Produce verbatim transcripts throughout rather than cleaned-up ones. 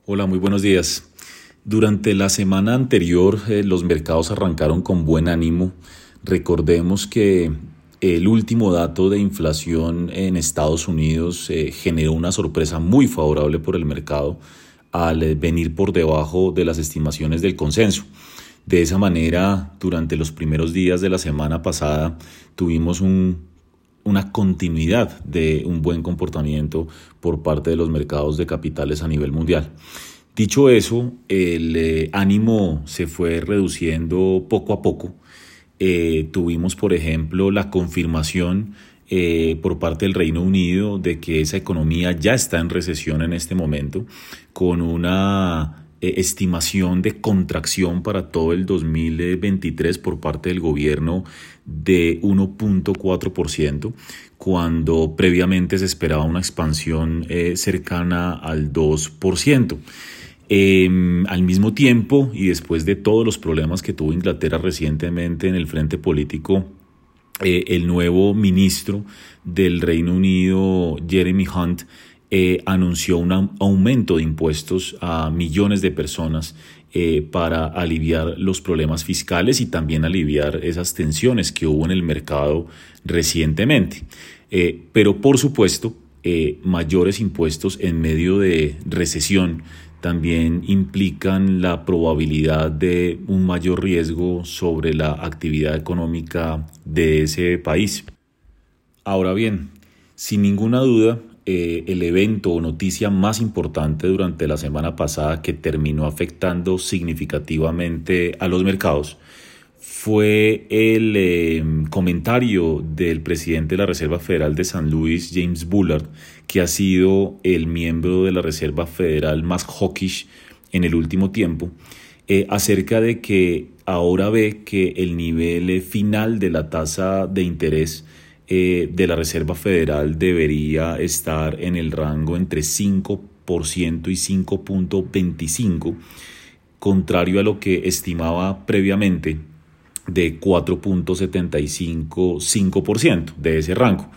Hola, muy buenos días. Durante la semana anterior, eh, los mercados arrancaron con buen ánimo. Recordemos que el último dato de inflación en Estados Unidos eh, generó una sorpresa muy favorable por el mercado al eh, venir por debajo de las estimaciones del consenso. De esa manera, durante los primeros días de la semana pasada, tuvimos un una continuidad de un buen comportamiento por parte de los mercados de capitales a nivel mundial. Dicho eso, el eh, ánimo se fue reduciendo poco a poco. Eh, tuvimos, por ejemplo, la confirmación eh, por parte del Reino Unido de que esa economía ya está en recesión en este momento, con una eh, estimación de contracción para todo el dos mil veintitrés por parte del gobierno de uno punto cuatro por ciento, cuando previamente se esperaba una expansión eh, cercana al dos por ciento. Eh, al mismo tiempo, y después de todos los problemas que tuvo Inglaterra recientemente en el frente político, eh, el nuevo ministro del Reino Unido, Jeremy Hunt, eh, anunció un aumento de impuestos a millones de personas eh, para aliviar los problemas fiscales y también aliviar esas tensiones que hubo en el mercado recientemente. Eh, pero por supuesto, eh, mayores impuestos en medio de recesión también implican la probabilidad de un mayor riesgo sobre la actividad económica de ese país. Ahora bien, sin ninguna duda, eh, el evento o noticia más importante durante la semana pasada que terminó afectando significativamente a los mercados fue el eh, comentario del presidente de la Reserva Federal de San Luis, James Bullard, que ha sido el miembro de la Reserva Federal más hawkish en el último tiempo, eh, acerca de que ahora ve que el nivel final de la tasa de interés eh, de la Reserva Federal debería estar en el rango entre cinco por ciento y cinco punto veinticinco por ciento, contrario a lo que estimaba previamente de cuatro punto setenta y cinco por ciento, cinco por ciento de ese rango.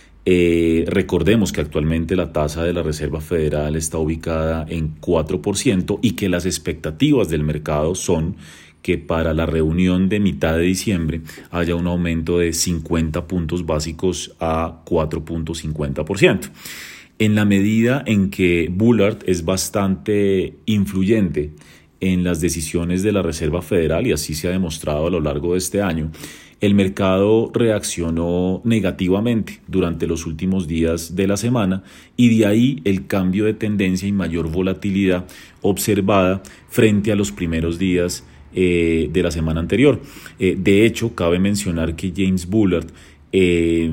Eh, recordemos que actualmente la tasa de la Reserva Federal está ubicada en cuatro por ciento y que las expectativas del mercado son que para la reunión de mitad de diciembre haya un aumento de cincuenta puntos básicos a cuatro punto cincuenta por ciento. En la medida en que Bullard es bastante influyente en las decisiones de la Reserva Federal, y así se ha demostrado a lo largo de este año, el mercado reaccionó negativamente durante los últimos días de la semana y de ahí el cambio de tendencia y mayor volatilidad observada frente a los primeros días eh, de la semana anterior. Eh, de hecho, cabe mencionar que James Bullard eh,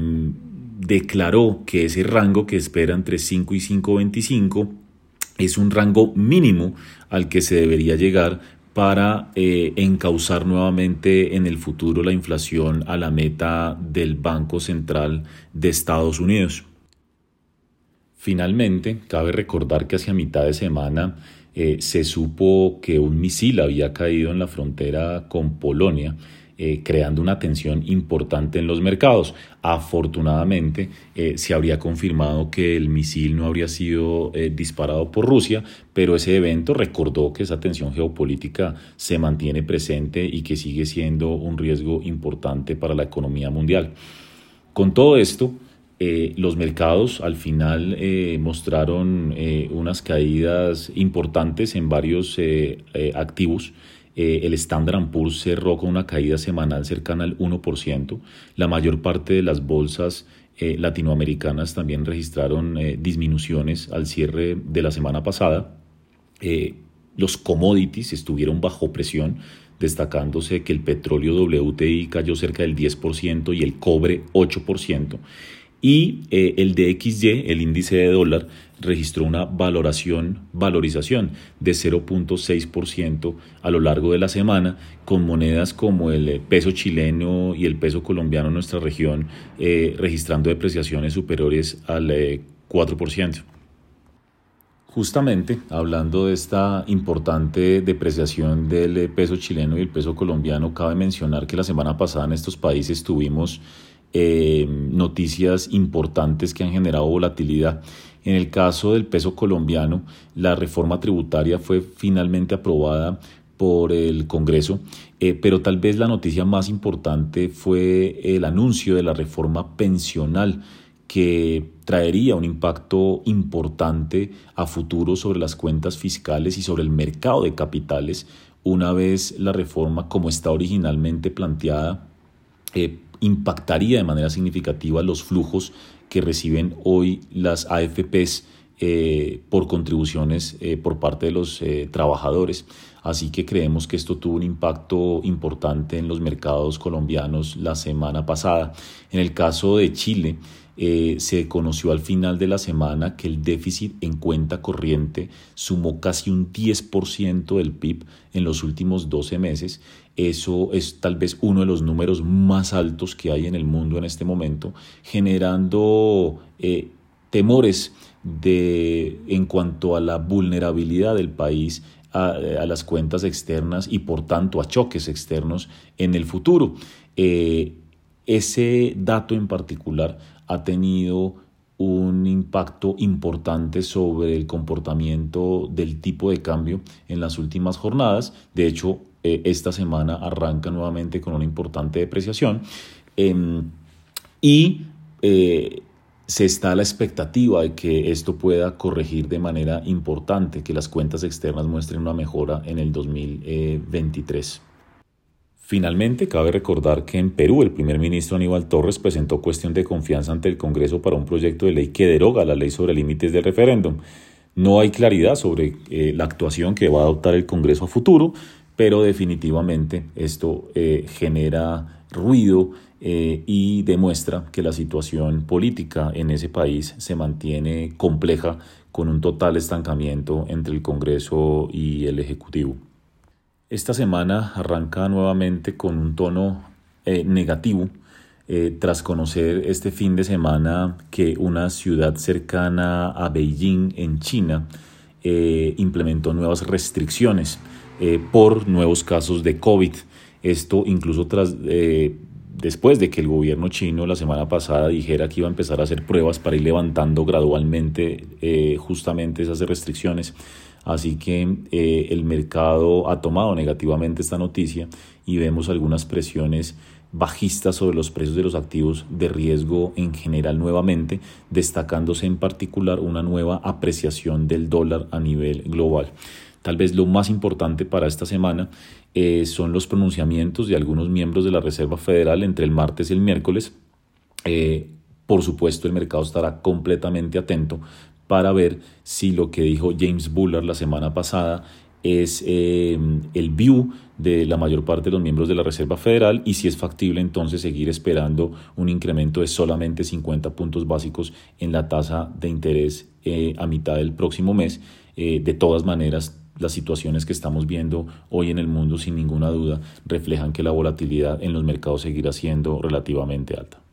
declaró que ese rango que espera entre cinco y cinco punto veinticinco es un rango mínimo al que se debería llegar para eh, encauzar nuevamente en el futuro la inflación a la meta del Banco Central de Estados Unidos. Finalmente, cabe recordar que hacia mitad de semana eh, se supo que un misil había caído en la frontera con Polonia, Eh, creando una tensión importante en los mercados. Afortunadamente, eh, se habría confirmado que el misil no habría sido eh, disparado por Rusia, pero ese evento recordó que esa tensión geopolítica se mantiene presente y que sigue siendo un riesgo importante para la economía mundial. Con todo esto, eh, los mercados al final eh, mostraron eh, unas caídas importantes en varios eh, eh, activos. Eh, el Standard and Poor's cerró con una caída semanal cercana al uno por ciento. La mayor parte de las bolsas eh, latinoamericanas también registraron eh, disminuciones al cierre de la semana pasada. Eh, los commodities estuvieron bajo presión, destacándose que el petróleo W T I cayó cerca del diez por ciento y el cobre ocho por ciento. Y eh, el D X Y, el índice de dólar, registró una valoración, valorización de cero punto seis por ciento a lo largo de la semana, con monedas como el peso chileno y el peso colombiano en nuestra región eh, registrando depreciaciones superiores al eh, cuatro por ciento. Justamente, hablando de esta importante depreciación del peso chileno y el peso colombiano, cabe mencionar que la semana pasada en estos países tuvimos eh, noticias importantes que han generado volatilidad. En el caso del peso colombiano, la reforma tributaria fue finalmente aprobada por el Congreso, eh, pero tal vez la noticia más importante fue el anuncio de la reforma pensional, que traería un impacto importante a futuro sobre las cuentas fiscales y sobre el mercado de capitales, una vez la reforma, como está originalmente planteada, eh, impactaría de manera significativa los flujos que reciben hoy las A F Pes eh, por contribuciones eh, por parte de los eh, trabajadores. Así que creemos que esto tuvo un impacto importante en los mercados colombianos la semana pasada. En el caso de Chile, eh, se conoció al final de la semana que el déficit en cuenta corriente sumó casi un diez por ciento del P I B en los últimos doce meses. Eso es tal vez uno de los números más altos que hay en el mundo en este momento, generando eh, temores de, en cuanto a la vulnerabilidad del país a, a las cuentas externas y por tanto a choques externos en el futuro. Eh, ese dato en particular ha tenido un impacto importante sobre el comportamiento del tipo de cambio en las últimas jornadas. De hecho, eh, esta semana arranca nuevamente con una importante depreciación eh, y eh, se está a la expectativa de que esto pueda corregir de manera importante, que las cuentas externas muestren una mejora en el dos mil veintitrés. Finalmente, cabe recordar que en Perú el primer ministro Aníbal Torres presentó cuestión de confianza ante el Congreso para un proyecto de ley que deroga la ley sobre límites del referéndum. No hay claridad sobre eh, la actuación que va a adoptar el Congreso a futuro, pero definitivamente esto eh, genera ruido eh, y demuestra que la situación política en ese país se mantiene compleja, con un total estancamiento entre el Congreso y el Ejecutivo. Esta semana arranca nuevamente con un tono eh, negativo, eh, tras conocer este fin de semana que una ciudad cercana a Beijing, en China, eh, implementó nuevas restricciones eh, por nuevos casos de COVID. Esto incluso tras, eh, después de que el gobierno chino la semana pasada dijera que iba a empezar a hacer pruebas para ir levantando gradualmente eh, justamente esas restricciones. Así que eh, el mercado ha tomado negativamente esta noticia y vemos algunas presiones bajistas sobre los precios de los activos de riesgo en general nuevamente, destacándose en particular una nueva apreciación del dólar a nivel global. Tal vez lo más importante para esta semana eh, son los pronunciamientos de algunos miembros de la Reserva Federal entre el martes y el miércoles. Eh, por supuesto, el mercado estará completamente atento para ver si lo que dijo James Bullard la semana pasada es eh, el view de la mayor parte de los miembros de la Reserva Federal y si es factible entonces seguir esperando un incremento de solamente cincuenta puntos básicos en la tasa de interés eh, a mitad del próximo mes. Eh, de todas maneras, las situaciones que estamos viendo hoy en el mundo sin ninguna duda reflejan que la volatilidad en los mercados seguirá siendo relativamente alta.